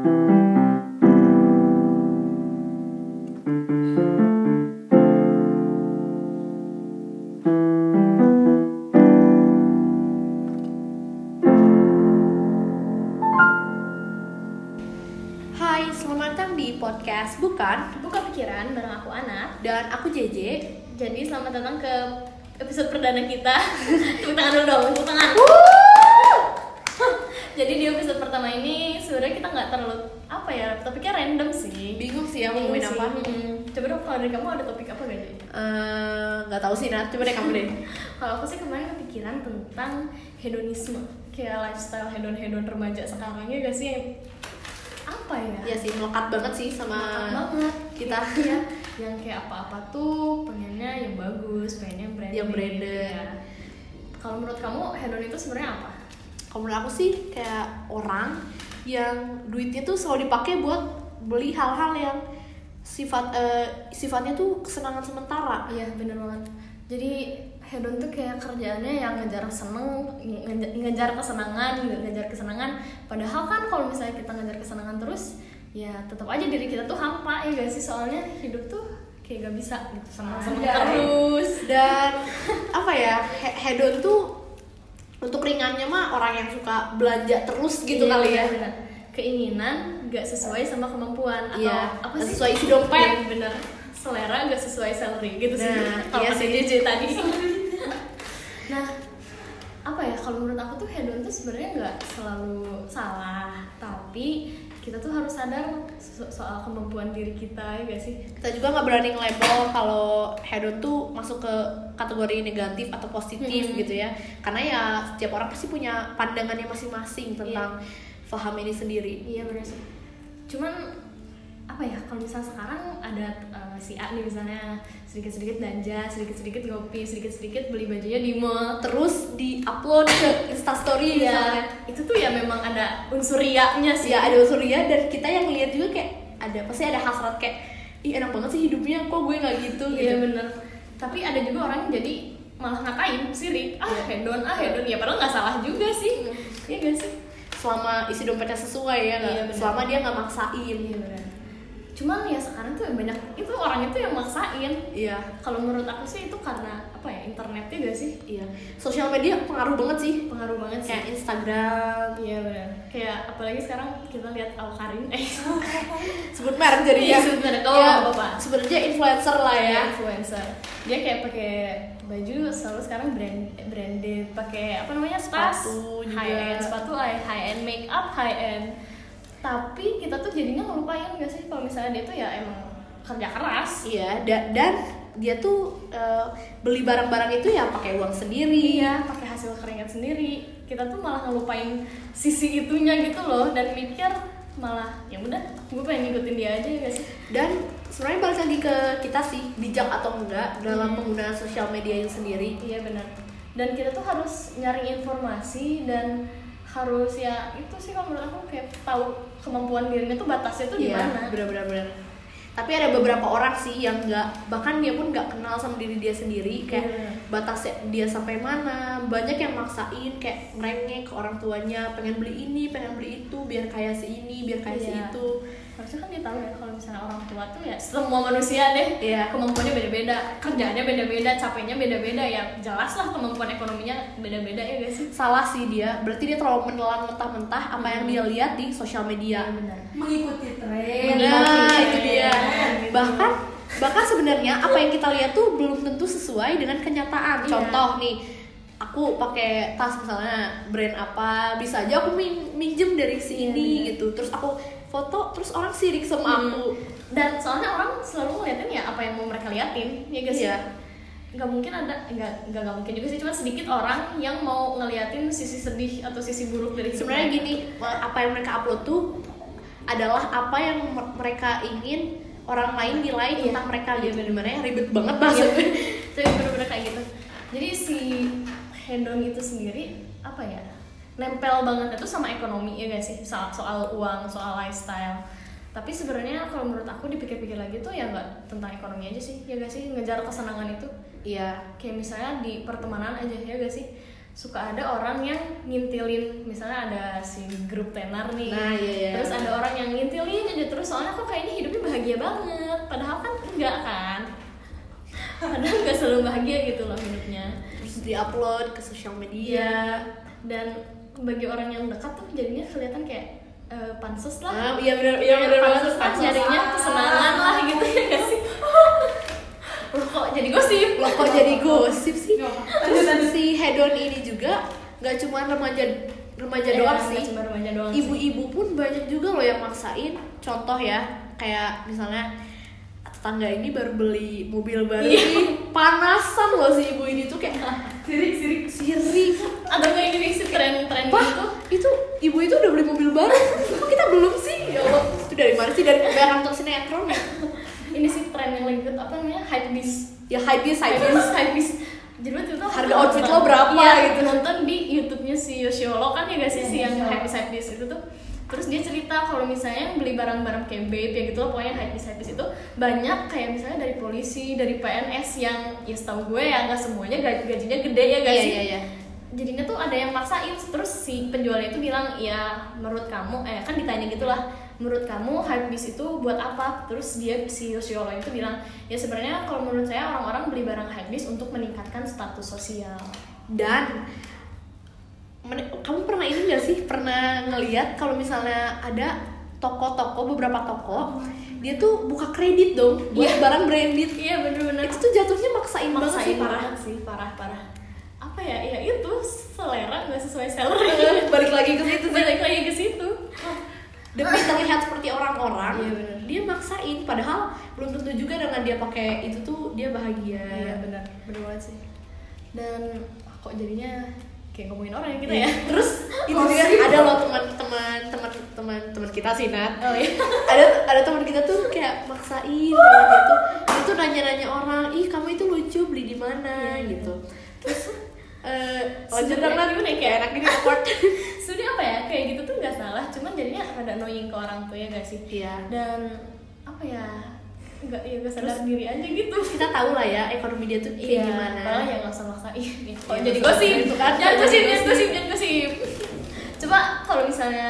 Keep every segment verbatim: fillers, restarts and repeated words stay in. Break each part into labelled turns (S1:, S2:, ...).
S1: Hai, selamat datang di podcast Bukan
S2: Buka Pikiran bareng aku Ana
S1: dan aku J J.
S2: Jadi selamat datang ke episode perdana kita. Tepuk tangan dulu dong, tepuk tangan. Jadi di episode pertama ini sebenarnya kita nggak terlalu apa ya, topiknya random sih.
S1: Bingung sih ya mau
S2: Bingung
S1: ngomongin
S2: sih.
S1: apa.
S2: Hmm. Coba dong kalau dari kamu ada topik apa gak sih?
S1: Eh, nggak tahu sih Nat, coba deh kamu deh.
S2: Kalau aku sih kemarin kepikiran tentang hedonisme, kayak lifestyle hedon-hedon remaja sekarang ya gak sih yang apa ya?
S1: Iya sih, melekat banget sih sama
S2: Melekat banget
S1: kita.
S2: ya, yang kayak apa-apa tuh pengennya yang bagus, pengennya yang branded.
S1: Yang branded.
S2: Ya. Kalau menurut kamu hedon itu sebenarnya apa?
S1: Kalau menurut aku sih kayak orang yang duitnya tuh selalu dipakai buat beli hal-hal yang sifat eh, sifatnya tuh kesenangan sementara.
S2: Iya bener banget. Jadi hedon tuh kayak kerjaannya yang ngejar seneng, ngejar, ngejar kesenangan, ngejar kesenangan. Padahal kan kalau misalnya kita ngejar kesenangan terus, ya tetap aja diri kita tuh hampa ya gak sih? Soalnya hidup tuh kayak gak bisa gitu senang-senang terus.
S1: Dan apa ya, he- hedon tuh untuk ringannya mah orang yang suka belanja terus gitu
S2: Iya,
S1: kali ya.
S2: bener. Keinginan gak sesuai sama kemampuan atau
S1: Iya,
S2: apa
S1: gak
S2: sih?
S1: sesuai isi dompet.
S2: Iya, bener. Selera gak sesuai salary gitu sih.
S1: Nah,
S2: Kalau
S1: iya
S2: kata
S1: sih.
S2: J J tadi. Nah, apa ya, kalau menurut aku tuh hedon tuh sebenarnya nggak selalu salah, tapi kita tuh harus sadar so- soal kemampuan diri kita ya gak sih?
S1: Kita juga nggak berani nge-label kalau hedon tuh masuk ke kategori negatif atau positif
S2: Mm-hmm.
S1: gitu ya, karena ya setiap orang pasti punya pandangannya masing-masing tentang paham ini sendiri.
S2: Iya benar sih. Cuman apa ya, kalau misalnya sekarang ada uh, si A nih misalnya sedikit-sedikit belanja, sedikit-sedikit ngopi, sedikit-sedikit beli bajunya di mall,
S1: Terus di-upload ke Instastory misalnya.
S2: ya itu tuh ya memang ada unsur riaknya sih.
S1: Ya ada unsur ria, dan kita yang lihat juga kayak ada pasti ada hasrat kayak ih enak banget sih hidupnya, kok gue nggak gitu gitu.
S2: Iya bener. Tapi ada juga orang yang jadi malah ngatain sirik, ah
S1: Iya.
S2: hedon, ah hedon, ya padahal nggak salah juga sih. Iya gak sih?
S1: Selama isi dompetnya sesuai ya, nggak-
S2: Iya, benar.
S1: selama dia nggak maksain.
S2: Iya bener. Cuman ya sekarang tuh banyak itu orang itu yang maksain.
S1: Iya.
S2: Kalau menurut aku sih itu karena apa ya, internetnya gak sih?
S1: Iya. Sosial media pengaruh banget sih.
S2: Pengaruh banget sih.
S1: Kayak Instagram.
S2: Iya benar. Kayak apalagi sekarang kita lihat Al Karin, eh
S1: Sebut merek jadinya.
S2: Iya, sebenarnya. Kalau
S1: Ya,
S2: nggak apa-apa.
S1: sebenarnya influencer lah ya.
S2: influencer. Dia kayak pakai baju selalu sekarang brand branded, pakai apa namanya, tas,
S1: Sepatu juga.
S2: high end sepatu, high end make up, high end. Tapi kita tuh jadinya ngelupain gak sih kalau misalnya dia tuh ya emang kerja keras.
S1: Iya, da- dan dia tuh eh, beli barang-barang itu ya pakai uang sendiri.
S2: Iya, pakai hasil keringat sendiri. Kita tuh malah ngelupain sisi itunya gitu loh, dan mikir malah ya udah, gue pengen ngikutin dia aja ya gak sih?
S1: Dan sebenarnya balik lagi ke kita sih, bijak atau enggak dalam
S2: Hmm.
S1: penggunaan sosial media yang sendiri.
S2: Iya benar. Dan kita tuh harus nyari informasi dan harus ya itu sih kalau menurut aku kayak tahu kemampuan dirinya tuh batasnya tuh di
S1: Iya,
S2: mana.
S1: benar-benar. Tapi ada beberapa orang sih yang nggak, bahkan dia pun nggak kenal sama diri dia sendiri, kayak
S2: Iya.
S1: batasnya dia sampai mana. Banyak yang maksain kayak merengek ke orang tuanya, pengen beli ini, pengen beli itu, biar kayak si ini, biar kayak si
S2: Iya.
S1: itu.
S2: Harusnya kan dia tahu ya kalau misalnya orang tua tuh ya semua manusia deh.
S1: Iya.
S2: Kemampuannya beda-beda, kerjaannya beda-beda, capeknya beda-beda, ya jelas lah kemampuan ekonominya beda-beda ya guys.
S1: Salah sih dia, berarti dia terlalu menelan mentah-mentah apa yang dia lihat di sosial media.
S2: benar.
S3: Mengikuti tren.
S1: Nah,
S2: Iya,
S1: itu dia.
S2: gitu.
S1: Bahkan bahkan sebenarnya apa yang kita lihat tuh belum tentu sesuai dengan kenyataan.
S2: Iya.
S1: Contoh nih, aku pakai tas misalnya brand apa, bisa aja aku min- minjem dari si
S2: Iya,
S1: ini
S2: bener.
S1: gitu. Terus aku foto, terus orang sirik sama
S2: Hmm.
S1: aku.
S2: Dan soalnya orang selalu ngeliatin ya apa yang mau mereka liatin, ya guys.
S1: Iya.
S2: Nggak mungkin ada, nggak nggak nggak mungkin juga sih, cuma sedikit orang yang mau ngeliatin sisi sedih atau sisi buruk dari hidup
S1: Sebenarnya
S2: mereka.
S1: gini, apa yang mereka upload tuh adalah apa yang m- mereka ingin orang lain nilai
S2: Iya.
S1: tentang mereka
S2: Iya,
S1: gitu.
S2: bener.
S1: Gimana ya, ribet banget
S2: Iya,
S1: maksudnya.
S2: jadi bener-bener kayak gitu. Jadi si hedon itu sendiri apa ya, nempel banget itu sama ekonomi ya gak sih, soal, soal uang, soal lifestyle. Tapi sebenarnya kalau menurut aku dipikir-pikir lagi tuh ya nggak tentang ekonomi aja sih, ya gak sih, ngejar kesenangan itu.
S1: Iya.
S2: Kayak misalnya di pertemanan aja ya gak sih, suka ada orang yang ngintilin, misalnya ada si grup tenar nih,
S1: nah, iya, iya.
S2: terus ada orang yang ngintilin aja terus, soalnya kok kayaknya hidupnya bahagia banget, padahal kan enggak kan, padahal nggak selalu bahagia gitu loh hidupnya.
S1: Terus diupload ke sosial media,
S2: ya, dan bagi orang yang dekat tuh jadinya kelihatan kayak uh, pansus lah.
S1: Ah, iya benar, iya benar
S2: pansus lah, jadinya kesenangan lah gitu ya nggak sih? Loh kok jadi gosip?
S1: Loh kok jadi gosip sih? Terus si hedon ini juga nggak cuma remaja remaja
S2: Eh,
S1: doang
S2: nggak
S1: sih.
S2: cuma remaja doang sih.
S1: Ibu-ibu pun banyak juga loh yang maksain. Contoh ya, kayak misalnya tetangga ini baru beli mobil baru
S2: Iya.
S1: nih, panasan loh si ibu ini tuh kayak sirik sirik sirik.
S2: Ada kayak gini sih tren-tren
S1: Pak,
S2: gitu.
S1: itu ibu itu udah beli mobil baru, kok kita belum sih? Ya Allah, itu dari mana sih? Dari pembayaran untuk sinetron ya?
S2: Ini sih tren yang lagi hot, apa namanya, hypebeast.
S1: Ya hypebeast, hypebeast.
S2: Hypebeast, hypebeast. Jadi waktu itu
S1: Harga outfit lo berapa
S2: iya,
S1: gitu.
S2: nonton di YouTube-nya si Yoshiolo kan ya gak sih, si yang hypebeast hypebeast itu tuh. Terus dia cerita kalau misalnya beli barang-barang kayak babe ya gitu loh, pokoknya hypebeast hypebeast itu banyak kayak misalnya dari polisi, dari P N S yang ya setahu gue ya nggak semuanya gaj- gajinya gede ya guys.
S1: Iya, iya, iya.
S2: Jadinya tuh ada yang maksain, terus si penjualnya itu bilang, ya menurut kamu, eh kan ditanya gitulah, menurut kamu hypebeast itu buat apa? Terus dia si Yoshiolo itu bilang, ya sebenarnya kalau menurut saya orang-orang beli barang hypebeast untuk meningkatkan status sosial.
S1: Dan men- kamu pernah ini nggak sih, pernah ngelihat kalau misalnya ada toko-toko, beberapa toko dia tuh buka kredit dong buat
S2: Iya.
S1: barang branded.
S2: Iya bener-bener.
S1: Itu tuh jatuhnya maksain, banget sih,
S2: Maksain
S1: parah.
S2: banget sih, parah-parah. Apa ya, ya itu selera nggak sesuai selera.
S1: Balik lagi ke situ sih.
S2: Balik lagi ke situ.
S1: Demi terlihat seperti orang-orang,
S2: Iya, bener.
S1: dia maksain, padahal belum tentu juga dengan dia pakai itu tuh dia bahagia.
S2: Iya benar, benar banget sih. Dan kok jadinya kayak ngomongin orang ya kita
S1: Iya.
S2: ya.
S1: Terus itu juga ada loh teman-teman teman-teman teman kita sih Nat.
S2: Oh iya.
S1: ada ada teman kita tuh kayak maksain kayak dia tuh dia tuh nanya-nanya orang, ih kamu itu lucu, beli di mana
S2: Iya,
S1: gitu. Terus eh lanjut
S2: Sebenarnya
S1: lah
S2: gimana ya,
S1: kayak enak gini awkward.
S2: Sebenarnya apa ya, kayak gitu tuh nggak salah, cuman jadinya rada annoying ke orang tuh ya nggak sih.
S1: Iya.
S2: Dan apa ya, nggak ya nggak sadar diri aja gitu.
S1: Kita tahu lah ya ekonomi dia tuh kayak
S2: Iya,
S1: gimana.
S2: padahal ya nggak usah maksain. Kok
S1: Iya,
S2: jadi
S1: nggak usah
S2: gosip?
S1: maksain itu kan.
S2: Jangan
S1: Jadi
S2: gosip, jangan
S1: gosip.
S2: gosip, jangan gosip. Coba kalau misalnya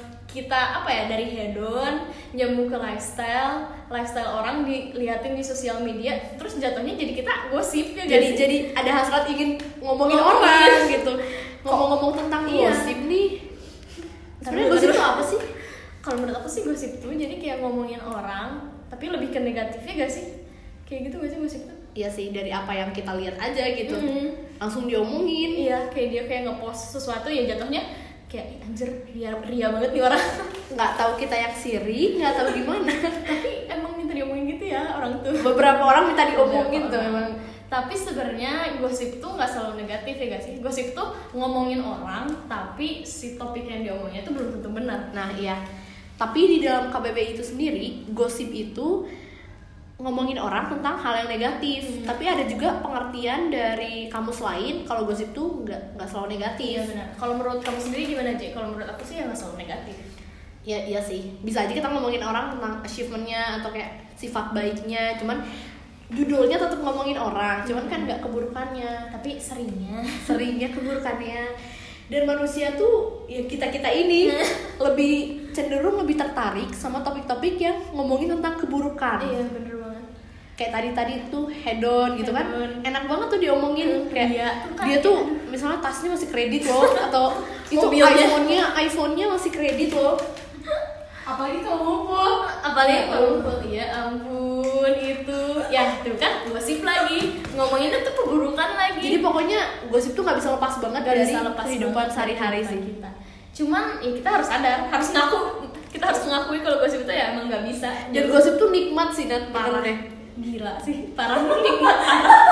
S2: kita apa ya, dari hedon nyambung ke lifestyle, lifestyle orang diliatin di sosial media, terus jatuhnya jadi kita gosip ya.
S1: jadi
S2: nggak sih?
S1: jadi ada hasrat ingin ngomongin
S2: Ngomongin.
S1: orang gitu. Ngomong-ngomong tentang
S2: Iya.
S1: gosip nih. Sebenarnya
S2: Tapi
S1: gosip
S2: menurut-
S1: itu apa sih?
S2: Kalau menurut aku sih gosip tuh jadi kayak ngomongin orang, tapi lebih ke negatifnya gak sih? Kayak gitu gak sih gosip tuh?
S1: Iya sih, dari apa yang kita lihat aja gitu.
S2: Mhm.
S1: Langsung diomongin.
S2: Iya, kayak dia kayak ngepost sesuatu ya jatuhnya kayak "Ih, anjir ria, ria banget nih orang."
S1: Nggak tahu kita yang siri, nggak tahu gimana.
S2: Tapi emang minta diomongin gitu ya orang tuh.
S1: Beberapa orang minta diomongin
S2: Beberapa
S1: tuh
S2: orang.
S1: emang.
S2: Tapi sebenarnya gosip tuh nggak selalu negatif ya gak sih? Gosip tuh ngomongin orang, tapi si topik yang diomongnya tuh belum tentu benar.
S1: Nah iya. Tapi di dalam K B B I itu sendiri, gosip itu ngomongin orang tentang hal yang negatif.
S2: Hmm.
S1: Tapi ada juga pengertian dari kamus lain kalau gosip tuh nggak nggak selalu negatif.
S2: Iya benar. Kalau menurut kamu sendiri gimana, J? Kalau menurut aku sih ya nggak selalu negatif.
S1: Ya iya sih. Bisa aja kita ngomongin orang tentang achievementnya atau kayak sifat baiknya. Cuman judulnya tetap ngomongin orang. Cuman kan nggak keburukannya.
S2: Tapi seringnya
S1: Seringnya keburukannya. Dan manusia tuh ya kita kita ini lebih cenderung lebih tertarik sama topik-topik yang ngomongin tentang keburukan.
S2: iya bener banget.
S1: Kayak tadi-tadi tuh hedon gitu kan,
S2: Hedon.
S1: enak banget tuh diomongin.
S2: Hmm,
S1: Kayak
S2: iya, tuh kan
S1: dia tuh misalnya tasnya masih kredit loh, atau itu
S2: Mobilnya.
S1: iPhone-nya iPhone-nya masih kredit loh.
S2: Apalagi kalau ngumpul, apalagi kalau ngumpul, ya ampun itu, ya tuh kan gosip lagi, ngomonginnya tuh keburukan lagi.
S1: Jadi pokoknya gosip tuh nggak bisa lepas banget
S2: Gak
S1: dari
S2: bisa lepas
S1: kehidupan
S2: banget
S1: sehari-hari
S2: dari
S1: sih.
S2: kita. Cuman ya kita harus sadar, harus ngaku, kita harus mengakui kalau gosip itu ya emang nggak bisa.
S1: Dan gosip tuh nikmat sih Nat,
S2: parah
S1: bener deh.
S2: Gila sih, parah nikmat parah.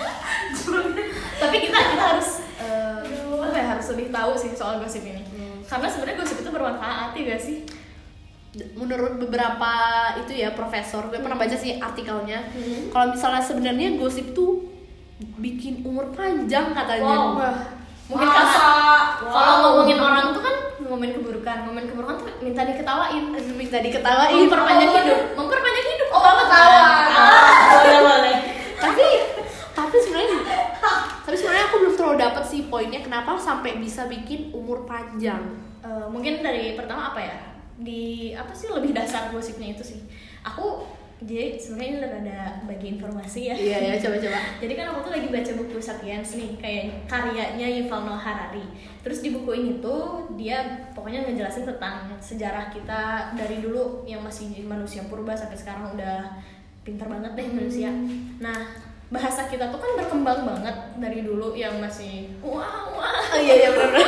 S2: Tapi kita kita harus eh, apa ya, harus lebih tahu sih soal gosip ini.
S1: Hmm.
S2: Karena sebenarnya gosip itu bermanfaat ya gak sih?
S1: Menurut beberapa itu ya profesor, gue pernah baca sih artikelnya.
S2: Hmm.
S1: Kalau misalnya sebenarnya gosip tuh bikin umur panjang katanya.
S2: Wow, wah. Mungkin
S1: Masa?
S2: karena
S1: Wow.
S2: kalau ngomongin orang tuh kan ngomongin keburukan, ngomongin keburukan tuh minta diketawain,
S1: Minta diketawain.
S2: memperpanjang
S1: Oh,
S2: hidup, memperpanjang hidup.
S1: Oh, ketawa.
S2: Ah, boleh boleh.
S1: tapi tapi sebenarnya tapi sebenarnya aku belum terlalu dapet sih poinnya kenapa sampai bisa bikin umur panjang.
S2: Uh, mungkin dari pertama apa ya, di apa sih lebih dasar gosipnya itu sih. Aku jadi sebenarnya ini ada bagi informasi ya.
S1: Iya ya, coba-coba.
S2: Jadi kan aku tuh lagi baca buku Sapiens nih, kayak karyanya Yuval Noah Harari. Terus di buku ini tuh dia pokoknya ngejelasin tentang sejarah kita dari dulu yang masih manusia purba sampai sekarang udah pintar banget deh manusia. Nah, bahasa kita tuh kan berkembang banget dari dulu yang masih wah wah.
S1: Oh iya iya benar.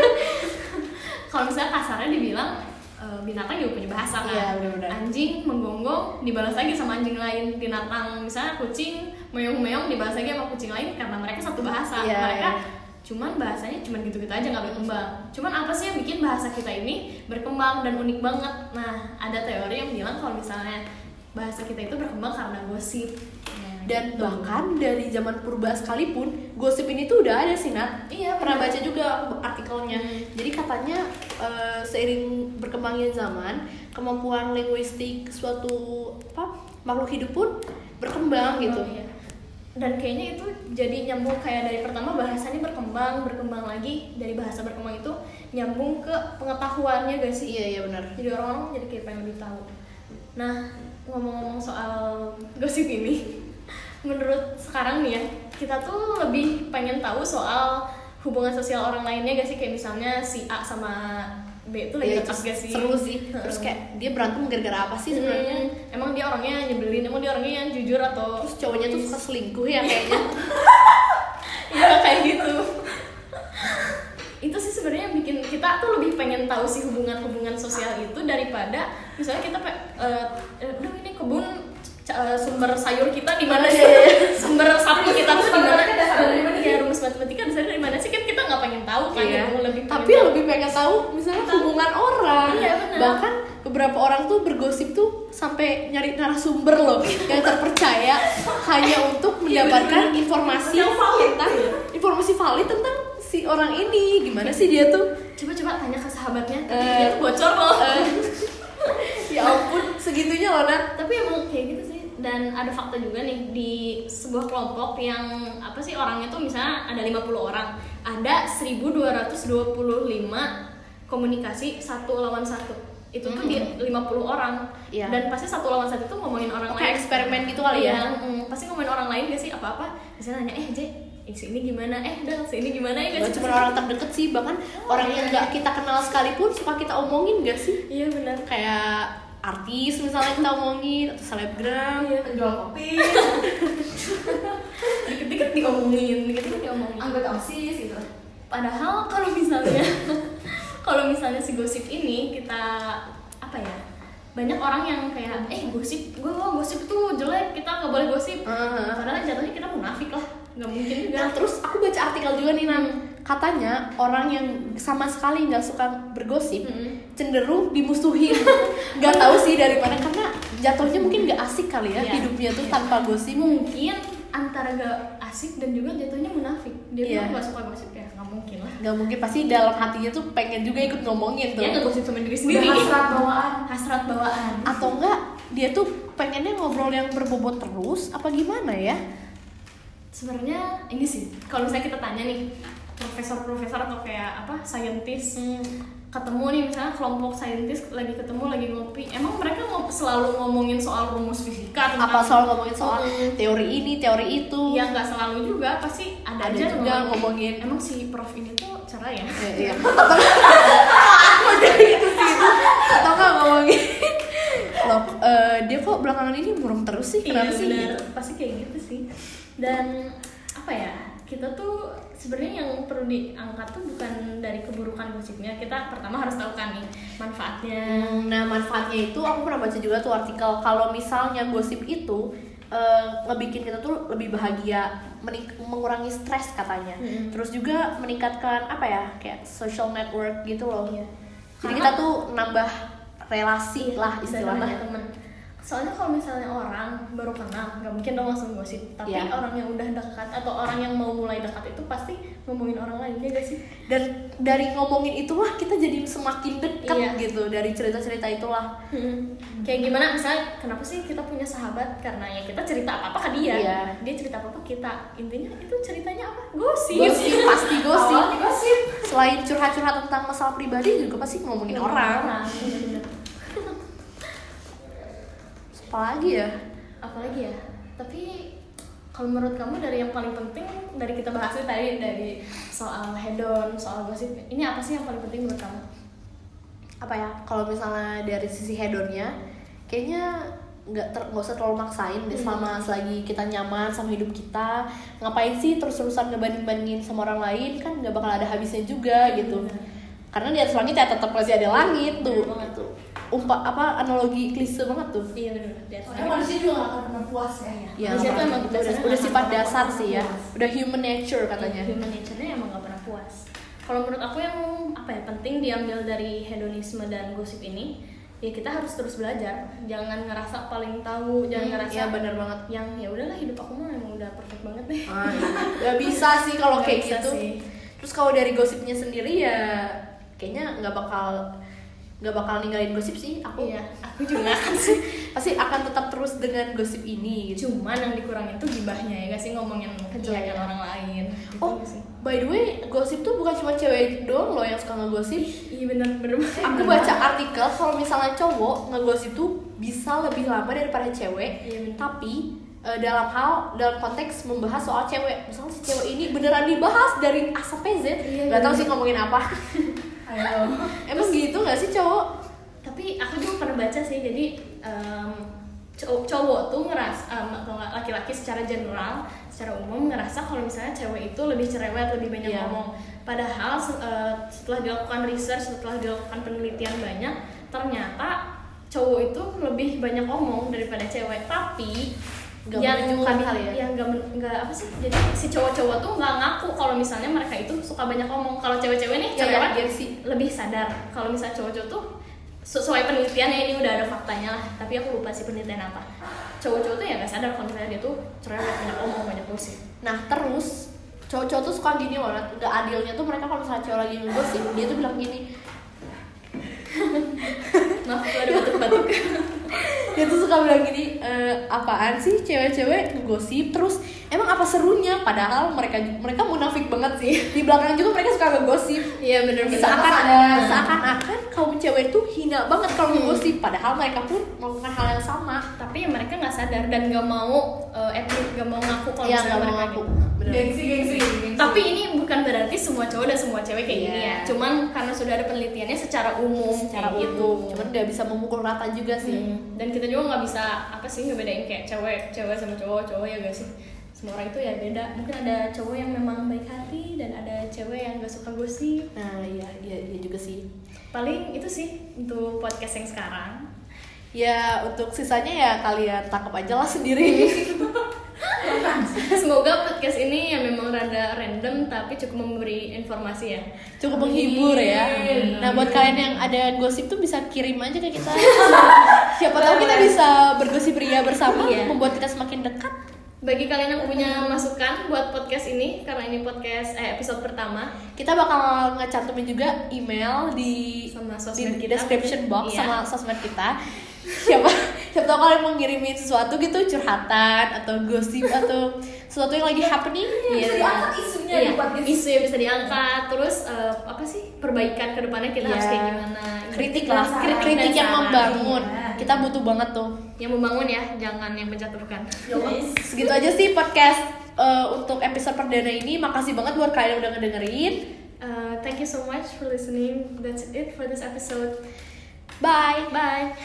S2: Kalau misalnya kasarnya dibilang binatang juga punya bahasa kan.
S1: Iya, bener-bener.
S2: Anjing menggonggong dibalas lagi sama anjing lain. Binatang misalnya kucing meong-meong dibalas lagi sama kucing lain karena mereka satu bahasa.
S1: Iya,
S2: mereka
S1: iya.
S2: cuman bahasanya cuman gitu-gitu aja nggak berkembang. Cuman apa sih yang bikin bahasa kita ini berkembang dan unik banget? Nah, ada teori yang bilang kalau misalnya bahasa kita itu berkembang karena gosip.
S1: Dan bahkan dari zaman purba sekalipun gosip ini tuh udah ada sih Nat.
S2: Iya,
S1: pernah
S2: bener.
S1: baca juga artikelnya. Hmm. Jadi katanya uh, seiring berkembangnya zaman, kemampuan linguistik suatu apa makhluk hidup pun berkembang gitu.
S2: Oh, iya. Dan kayaknya itu jadi nyambung kayak dari pertama bahasanya berkembang, berkembang lagi dari bahasa berkembang itu nyambung ke pengetahuannya gak sih?
S1: Iya iya benar.
S2: Jadi orang-orang jadi kayak pengen lebih tahu. Nah, ngomong-ngomong soal gosip ini, menurut sekarang nih ya, kita tuh lebih pengen tahu soal hubungan sosial orang lainnya gak sih? Kayak misalnya si A sama B itu lagi
S1: Ya,
S2: dekat gak sih?
S1: seru sih. Terus kayak dia berantem gara-gara apa sih sebenarnya?
S2: Hmm, emang dia orangnya nyebelin, emang dia orangnya yang jujur atau
S1: Terus cowoknya tuh suka selingkuh ya kayaknya.
S2: Iya kayak gitu. Itu sih sebenarnya yang bikin kita tuh lebih pengen tahu sih hubungan-hubungan sosial itu daripada misalnya kita pe, uh, udah ini kebun uh, sumber sayur kita di mana sih? Sumber sapu kita tuh di mana? Ya rumus matematika dasarnya dari mana sih? Kan kita nggak pengen tahu kan?
S1: Iya.
S2: Gitu, lebih
S1: Tapi
S2: tahu.
S1: lebih pengen tahu misalnya hubungan orang.
S2: Iya, benar.
S1: Bahkan beberapa orang tuh bergosip tuh sampai nyari narasumber loh yang terpercaya hanya untuk mendapatkan informasi tentang informasi valid tentang si orang ini. Gimana sih dia tuh?
S2: Coba-coba tanya ke sahabatnya. Tapi
S1: Eh,
S2: dia tuh bocor loh.
S1: Eh, ya ampun, segitunya loh Nat.
S2: Tapi emang kayak gitu sih. Dan ada fakta juga nih di sebuah kelompok yang apa sih orangnya tuh misalnya ada lima puluh orang, ada seribu dua ratus dua puluh lima komunikasi satu lawan satu. Itu tuh di lima puluh orang.
S1: Iya.
S2: Dan pasti satu lawan satu tuh ngomongin orang
S1: Kayak
S2: lain.
S1: eksperimen gitu kali ya.
S2: Iya, mm, pasti ngomongin orang lain gak sih apa-apa. Misalnya nanya, "Eh, J, eh, si ini gimana? Eh, Dal, si ini gimana ya?"
S1: Gak cuma orang terdekat sih, bahkan orang yang gak kita kenal sekalipun suka kita omongin gak sih?
S2: Iya benar.
S1: Kayak artis misalnya kita omongin atau selebgram.
S2: Iya.
S3: penjual kopi,
S2: Dikit-dikit diomongin, dikit-dikit diomongin.
S3: anggota OSIS gitu.
S2: Padahal kalau misalnya kalau misalnya si gosip ini kita apa ya, banyak orang yang kayak eh gosip gue oh, gosip tuh jelek, kita nggak boleh gosip.
S1: Uh-huh.
S2: Padahal jatuhnya kita munafik lah, nggak mungkin juga.
S1: Nah terus aku baca artikel juga nih Nan, katanya orang yang sama sekali nggak suka bergosip
S2: Mm-hmm.
S1: cenderung dimusuhin. Nggak tahu sih dari mana, karena jatuhnya mungkin nggak asik kali ya
S2: Iya.
S1: hidupnya tuh
S2: Iya.
S1: tanpa gosip.
S2: Mungkin antara gak asik dan juga jatuhnya munafik. Dia
S1: Iya.
S2: bilang nggak suka gosip ya nggak mungkin lah.
S1: Nggak mungkin, pasti dalam hatinya tuh pengen juga ikut ngomongin tuh.
S2: Dia nggak gosip sama diri
S3: Udah
S2: sendiri.
S3: hasrat bawaan.
S2: Hasrat bawaan.
S1: Atau enggak dia tuh pengennya ngobrol yang berbobot terus apa gimana ya?
S2: Sebenarnya ini sih kalau misalnya kita tanya nih profesor-profesor atau kayak apa scientist ketemu nih misalnya kelompok saintis lagi ketemu lagi ngopi, emang mereka ngom- selalu ngomongin soal rumus fisika tentang
S1: Apa soal ngomongin soal
S2: Mm.
S1: teori ini teori itu?
S2: ya nggak selalu juga, pasti ada,
S1: Ada
S2: aja
S1: juga ngomongin.
S2: emang si prof ini tuh cerai ya.
S1: Eh, iya. Atau aku jadi itu sih itu. Atau nggak ngomongin loh, eh, dia kok belakangan ini murung terus sih, kenapa
S2: Iya,
S1: sih?
S2: benar.
S1: Gitu.
S2: Pasti kayak gitu sih. Dan apa ya, kita tuh sebenarnya yang perlu diangkat tuh bukan dari keburukan gosipnya, kita pertama harus tahu kan nih manfaatnya.
S1: Hmm, Nah manfaatnya itu aku pernah baca juga tuh artikel kalau misalnya gosip itu eh, ngebikin kita tuh lebih bahagia, mening- mengurangi stres katanya.
S2: Mm-hmm.
S1: Terus juga meningkatkan apa ya, kayak social network gitu loh.
S2: Iya.
S1: Jadi
S2: Karena-
S1: kita tuh nambah relasi lah
S2: Bisa nambah
S1: istilahnya.
S2: temen. Soalnya kalau misalnya orang baru kenal, nggak mungkin dong langsung gosip. Tapi
S1: Ya.
S2: orang yang udah dekat atau orang yang mau mulai dekat itu pasti ngomongin orang lain, ya gak sih?
S1: Dan dari ngomongin itulah kita jadi semakin dekat
S2: Iya.
S1: gitu, dari cerita-cerita itulah.
S2: Hmm. Kayak gimana misalnya kenapa sih kita punya sahabat? Karena ya kita cerita apa-apa ke dia,
S1: Iya.
S2: dia cerita apa-apa kita. Intinya itu ceritanya apa? Gosip.
S1: Gosip, pasti gosip.
S3: Awalnya gosip.
S1: Selain curhat-curhat tentang masalah pribadi juga pasti ngomongin orang.
S2: Bener-bener.
S1: Apalagi ya?
S2: Apalagi ya? Tapi kalau menurut kamu dari yang paling penting dari kita bahas tadi dari soal hedon, soal gosip, ini apa sih yang paling penting menurut kamu?
S1: Apa ya? Kalau misalnya dari sisi hedonnya, kayaknya nggak ter nggak usah terlalu maksain deh. Selama selagi kita nyaman sama hidup kita, ngapain sih terus-terusan ngebanding-bandingin sama orang lain, kan nggak bakal ada habisnya juga gitu. Karena di atas langit ya tetap masih ada langit tuh.
S2: Bener banget.
S1: Gitu. Umpa apa analogi klise banget tuh.
S2: Iya benar.
S3: Soalnya manusia juga gak akan pernah puas ya.
S1: Ya,
S2: Manusia tuh
S1: nggak
S2: emang
S1: pernah-
S2: dasarnya
S1: udah,
S2: nggak
S1: udah sifat
S2: pernah
S1: dasar
S2: puas.
S1: sih ya. Udah human nature katanya.
S2: Human nature-nya emang gak pernah puas. Kalau menurut aku yang apa ya penting diambil dari hedonisme dan gosip ini, ya kita harus terus belajar. Jangan ngerasa paling tahu, jangan
S1: Hmm,
S2: ngerasa
S1: iya, bener banget.
S2: yang ya udahlah hidup aku mah emang udah perfect banget deh.
S1: Ah, nggak bisa sih kalau
S2: Nggak
S1: kayak
S2: bisa
S1: gitu.
S2: sih.
S1: Terus kalau dari gosipnya sendiri ya kayaknya nggak bakal nggak bakal ninggalin gosip sih aku.
S2: Iya, aku juga akan sih.
S1: Pasti akan tetap terus dengan gosip ini gitu.
S2: Cuman yang dikurangin tuh gibahnya ya gak sih, ngomongin kejelekan
S1: Iya, iya.
S2: orang lain. Gitu
S1: Oh,
S2: nggak sih?
S1: by the way, gosip tuh bukan cuma cewek doang loh yang suka ngegosip.
S2: Iya bener bener.
S1: Aku baca artikel kalau misalnya cowok ngegosip tuh bisa lebih lama daripada cewek.
S2: Iya, bener.
S1: Tapi eh, dalam hal dalam konteks membahas soal cewek, misalnya si cewek ini beneran dibahas dari A sampai Z,
S2: Iya,
S1: nggak tahu
S2: bener.
S1: sih ngomongin apa.
S3: Ayo.
S1: Emang gitu nggak sih cowok?
S2: Tapi aku juga pernah baca sih, jadi em, cow- cowok tuh ngerasa em, atau nggak, laki-laki secara general, secara umum ngerasa kalau misalnya cewek itu lebih cerewet, lebih banyak
S1: Iya.
S2: ngomong. Padahal se- eh, setelah dilakukan research, setelah dilakukan penelitian banyak, ternyata cowok itu lebih banyak ngomong daripada cewek. Tapi
S1: Nggak
S2: yang
S1: menunjukkan kali ya?
S2: yang nggak men- nggak apa sih, jadi si cowok-cowok tuh nggak ngaku kalau misalnya mereka itu suka banyak ngomong. Kalau cewek-cewek nih
S1: Ya,
S2: cerewet
S1: ya, gengsi.
S2: lebih sadar. Kalau misalnya cowok-cowok tuh sesuai penelitiannya, ini udah ada faktanya lah, tapi aku lupa sih penelitian apa. Cowok-cowok tuh ya nggak sadar kalau misalnya dia tuh cerewet, banyak ngomong, banyak gosip.
S1: Nah terus cowok-cowok tuh suka gini loh, nggak adilnya tuh mereka kalau misalnya cowok lagi ngegosip, dia tuh bilang gini,
S2: Maaf aku ada batuk-batuk.
S1: dia tuh suka bilang gini, e, apaan sih cewek-cewek ngegosip terus emang apa serunya? Padahal mereka mereka munafik banget sih. Di belakang juga mereka suka ngegosip.
S2: Iya bener-bener.
S1: Seakan
S3: ada.
S1: seakan-akan kaum cewek tuh hina banget kalau ngegosip, padahal mereka pun melakukan hal yang sama.
S2: Tapi ya mereka nggak sadar dan nggak mau uh, admit, nggak mau ngaku kalau
S1: Iya,
S2: misalnya
S1: nggak mau
S2: mereka
S1: ngaku.
S2: gitu.
S1: Bener.
S3: Gengsi, gengsi, gengsi.
S2: Tapi ini bukan berarti semua cowok dan semua cewek kayak gini
S1: Iya.
S2: ya. Cuman karena sudah ada penelitiannya secara umum,
S1: Secara
S2: kayak gitu.
S1: umum, cuman nggak bisa memukul rata juga sih.
S2: Hmm. Dan kita juga nggak bisa apa sih ngebedain kayak cewek cewek sama cowok cowok ya gak sih, semua orang itu ya beda. Mungkin ada cowok yang memang baik hati dan ada cewek yang gak suka gosip.
S1: Nah iya iya iya juga sih.
S2: Paling itu sih untuk podcast yang sekarang.
S1: Ya untuk sisanya ya kalian tangkap aja lah sendiri.
S2: Semoga podcast ini ya memang rada random tapi cukup memberi informasi ya.
S1: Cukup menghibur ya.
S2: Amin.
S1: Nah buat kalian yang ada gosip tuh bisa kirim aja ke kita. Siapa tahu kita bisa bergosip ria bersama,
S2: Iya.
S1: membuat kita semakin dekat.
S2: Bagi kalian yang punya masukan buat podcast ini, karena ini podcast eh, episode pertama,
S1: Kita bakal ngecantumin juga email di
S2: Sama
S1: di
S2: sosmed kita.
S1: description box
S2: Iya.
S1: sama sosmed kita. Siapa siapa tahu kalian mau ngirimin sesuatu gitu, curhatan atau gosip atau sesuatu yang lagi happening.
S3: Bisa diangkat isunya
S2: Iya,
S3: di podcast.
S2: isu yang bisa diangkat. Terus eh, apa sih perbaikan ke depannya kita
S1: Iya.
S2: harus kayak gimana?
S1: Kritik
S3: Dan
S1: lah,
S3: saran.
S1: kritik, kritik
S2: Dan
S1: yang
S2: saran.
S1: membangun.
S3: Iya.
S1: Kita butuh banget tuh.
S2: Yang membangun ya, jangan yang menjatuhkan.
S1: Segitu aja sih podcast eh, untuk episode perdana ini. Makasih banget buat kalian yang udah ngedengerin.
S2: Uh, thank you so much for listening. That's it for this episode.
S1: Bye.
S2: Bye.